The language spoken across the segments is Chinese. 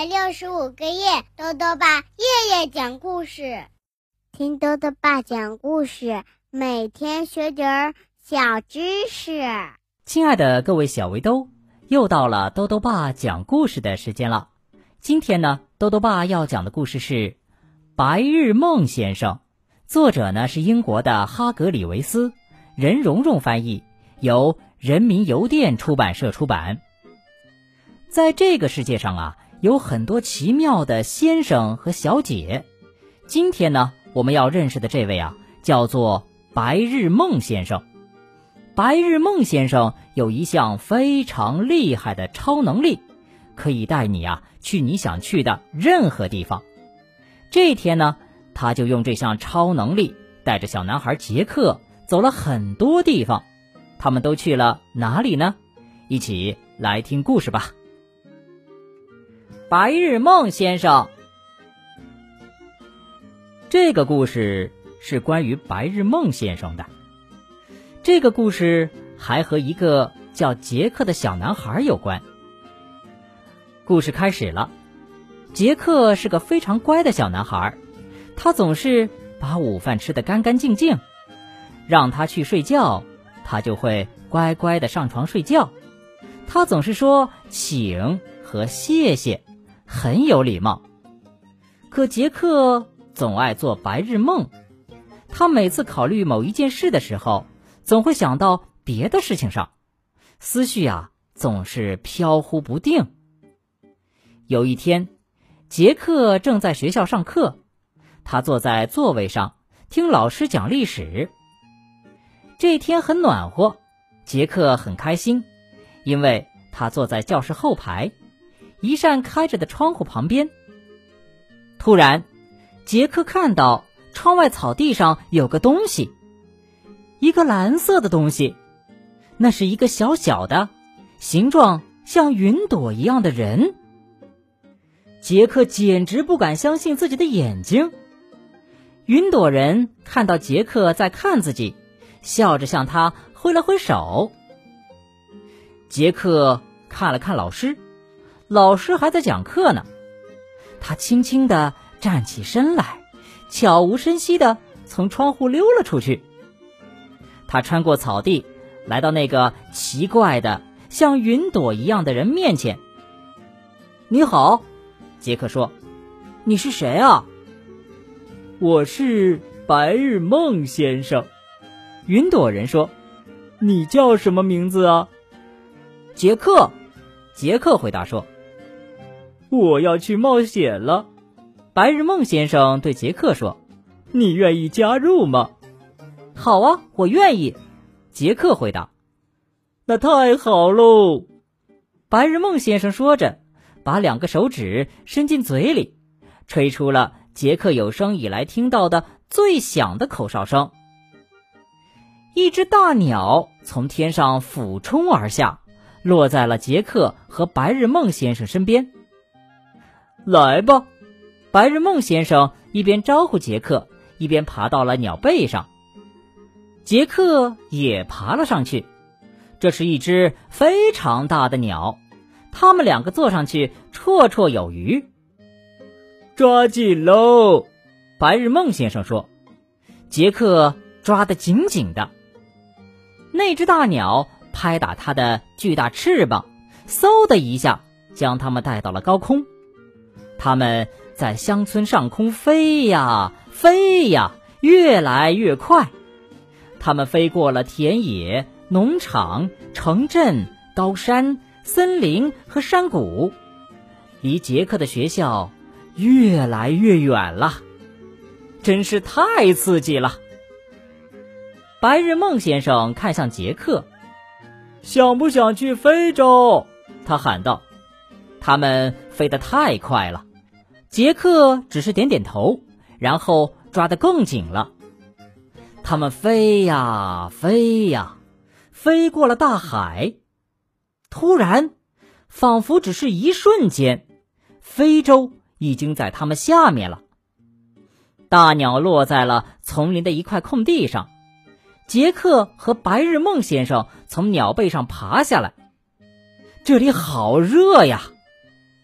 365个夜，豆豆爸夜夜讲故事。听豆豆爸讲故事，每天学点小知识。 亲爱的各位小围兜，又到了豆豆爸讲故事的时间了。今天呢，豆豆爸要讲的故事是《白日梦先生》，作者呢是英国的哈格里维斯，任蓉蓉翻译，由人民邮电出版社出版。在这个世界上啊，有很多奇妙的先生和小姐。今天呢，我们要认识的这位啊，叫做白日梦先生。白日梦先生有一项非常厉害的超能力，可以带你啊去你想去的任何地方。这天呢，他就用这项超能力带着小男孩杰克走了很多地方。他们都去了哪里呢？一起来听故事吧。白日梦先生。这个故事是关于白日梦先生的。这个故事还和一个叫杰克的小男孩有关。故事开始了。杰克是个非常乖的小男孩，他总是把午饭吃得干干净净，让他去睡觉，他就会乖乖地上床睡觉。他总是说请和谢谢，很有礼貌。可杰克总爱做白日梦，他每次考虑某一件事的时候，总会想到别的事情上，思绪啊总是飘忽不定。有一天，杰克正在学校上课，他坐在座位上听老师讲历史。这天很暖和，杰克很开心，因为他坐在教室后排，一扇开着的窗户旁边。突然，杰克看到窗外草地上有个东西，一个蓝色的东西，那是一个小小的，形状像云朵一样的人。杰克简直不敢相信自己的眼睛。云朵人看到杰克在看自己，笑着向他挥了挥手。杰克看了看老师，老师还在讲课呢。他轻轻地站起身来，悄无声息地从窗户溜了出去。他穿过草地，来到那个奇怪的像云朵一样的人面前。你好，杰克说。你是谁啊？我是白日梦先生。云朵人说。你叫什么名字啊？杰克。杰克回答说。我要去冒险了。白日梦先生对杰克说。你愿意加入吗？好啊，我愿意。杰克回答。那太好喽。白日梦先生说着，把2个手指伸进嘴里，吹出了杰克有生以来听到的最响的口哨声。一只大鸟从天上俯冲而下，落在了杰克和白日梦先生身边。来吧，白日梦先生一边招呼杰克，一边爬到了鸟背上。杰克也爬了上去。这是一只非常大的鸟，他们2个坐上去绰绰有余。抓紧喽，白日梦先生说。杰克抓得紧紧的。那只大鸟拍打它的巨大翅膀，嗖的一下将它们带到了高空。它们在乡村上空飞呀飞呀，越来越快。它们飞过了田野、农场、城镇、高山、森林和山谷，离杰克的学校越来越远了。真是太刺激了。白日梦先生看向杰克。想不想去非洲？他喊道。他们飞得太快了。杰克只是点点头，然后抓得更紧了。他们飞呀飞呀，飞过了大海。突然，仿佛只是一瞬间，非洲已经在他们下面了。大鸟落在了丛林的一块空地上，杰克和白日梦先生从鸟背上爬下来。这里好热呀！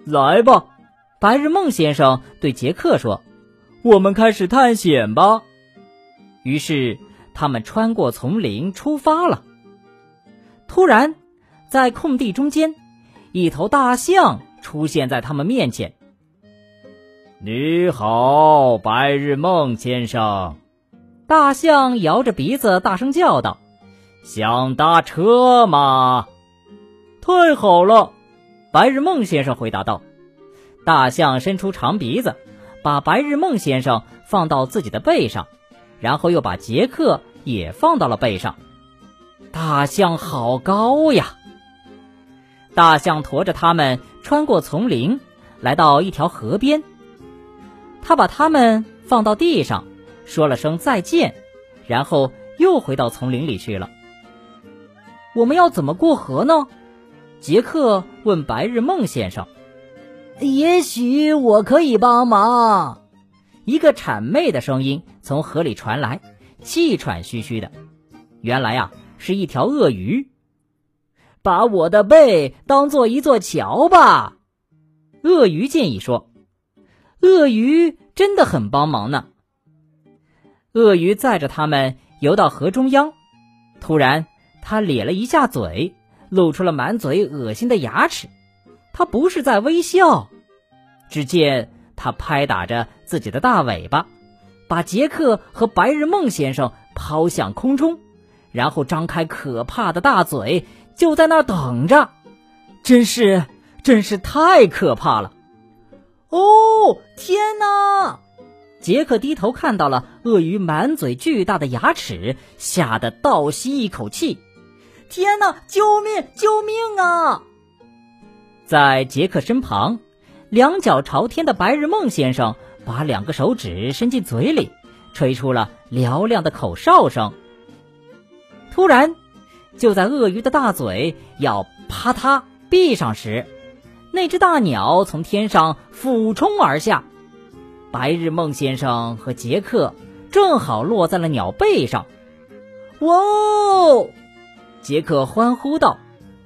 来吧， 白日梦先生对杰克说， 我们开始探险吧。 于是他们穿过丛林出发了。突然，在空地中间，一头大象出现在他们面前。 你好，白日梦先生。 大象摇着鼻子大声叫道， 想搭车吗？ 太好了，白日梦先生回答道。大象伸出长鼻子，把白日梦先生放到自己的背上，然后又把杰克也放到了背上。大象好高呀！大象驮着他们穿过丛林，来到一条河边。他把他们放到地上，说了声再见，然后又回到丛林里去了。我们要怎么过河呢？杰克问白日梦先生。 也许我可以帮忙。 一个谄媚的声音从河里传来，气喘吁吁的。原来啊，是一条鳄鱼。 把我的背当做一座桥吧， 鳄鱼建议说。鳄鱼真的很帮忙呢。鳄鱼载着他们游到河中央，突然他咧了一下嘴，露出了满嘴恶心的牙齿。他不是在微笑，只见他拍打着自己的大尾巴，把杰克和白日梦先生抛向空中，然后张开可怕的大嘴，就在那儿等着。真是太可怕了。 哦，天哪！ 杰克低头看到了鳄鱼满嘴巨大的牙齿，吓得倒吸一口气。 天哪，救命，救命啊！ 在杰克身旁，两脚朝天的白日梦先生把两个手指伸进嘴里，吹出了嘹亮的口哨声。突然，就在鳄鱼的大嘴要啪嗒闭上时，那只大鸟从天上俯冲而下，白日梦先生和杰克正好落在了鸟背上。 哇哦！ 杰克欢呼道。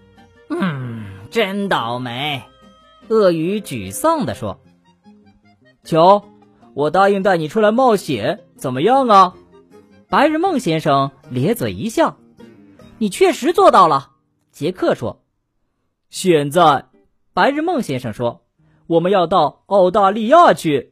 真倒霉，鳄鱼沮丧地说。 瞧，我答应带你出来冒险，怎么样啊？ 白日梦先生咧嘴一笑。你确实做到了，杰克说。 现在， 白日梦先生说， 我们要到澳大利亚去。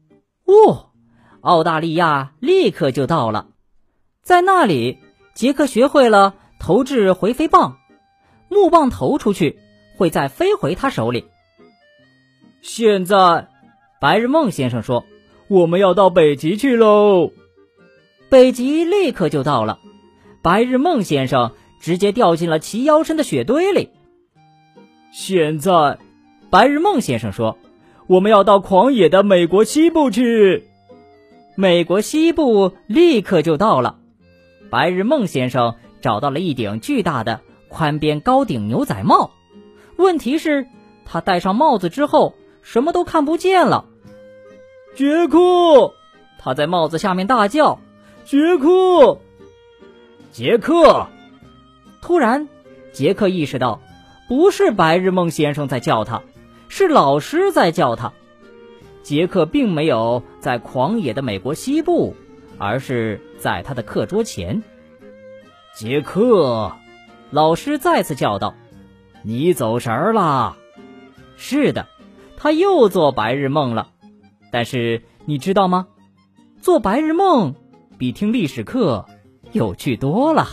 澳大利亚立刻就到了。在那里，杰克学会了投掷回飞棒，木棒投出去会再飞回他手里。 现在， 白日梦先生说， 我们要到北极去喽。 北极立刻就到了。白日梦先生直接掉进了齐腰深的雪堆里。 现在， 白日梦先生说， 我们要到狂野的美国西部去。 美国西部立刻就到了。白日梦先生找到了一顶巨大的宽边高顶牛仔帽。问题是，他戴上帽子之后什么都看不见了。 杰克！ 他在帽子下面大叫， 杰克！ 杰克！突然，杰克意识到，不是白日梦先生在叫他，是老师在叫他。杰克并没有在狂野的美国西部，而是在他的课桌前。杰克！老师再次叫道，你走神了。是的，他又做白日梦了。但是你知道吗？做白日梦比听历史课有趣多了。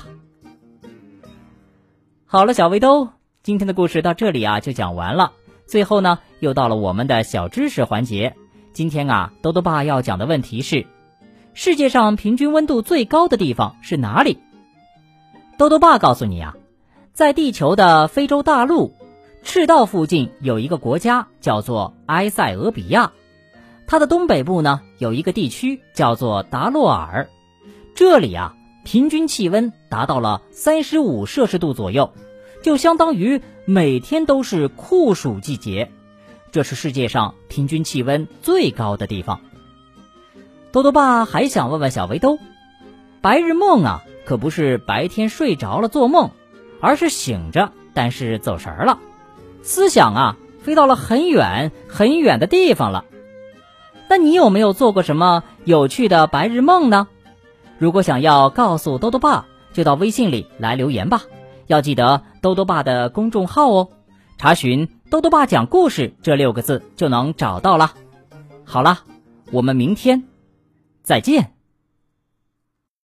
好了，小围兜，今天的故事到这里就讲完了。最后呢，又到了我们的小知识环节。今天兜兜爸要讲的问题是，世界上平均温度最高的地方是哪里？兜兜爸告诉你在地球的非洲大陆赤道附近有一个国家叫做埃塞俄比亚，它的东北部呢有一个地区叫做达洛尔，这里平均气温达到了35摄氏度左右，就相当于每天都是酷暑季节。这是世界上平均气温最高的地方。兜兜爸还想问问小围兜，白日梦可不是白天睡着了做梦，而是醒着但是走神了，思想飞到了很远很远的地方了。那你有没有做过什么有趣的白日梦呢？如果想要告诉兜兜爸，就到微信里来留言吧。要记得兜兜爸的公众号哦，查询兜兜爸讲故事这6个字就能找到了。好了，我们明天再见。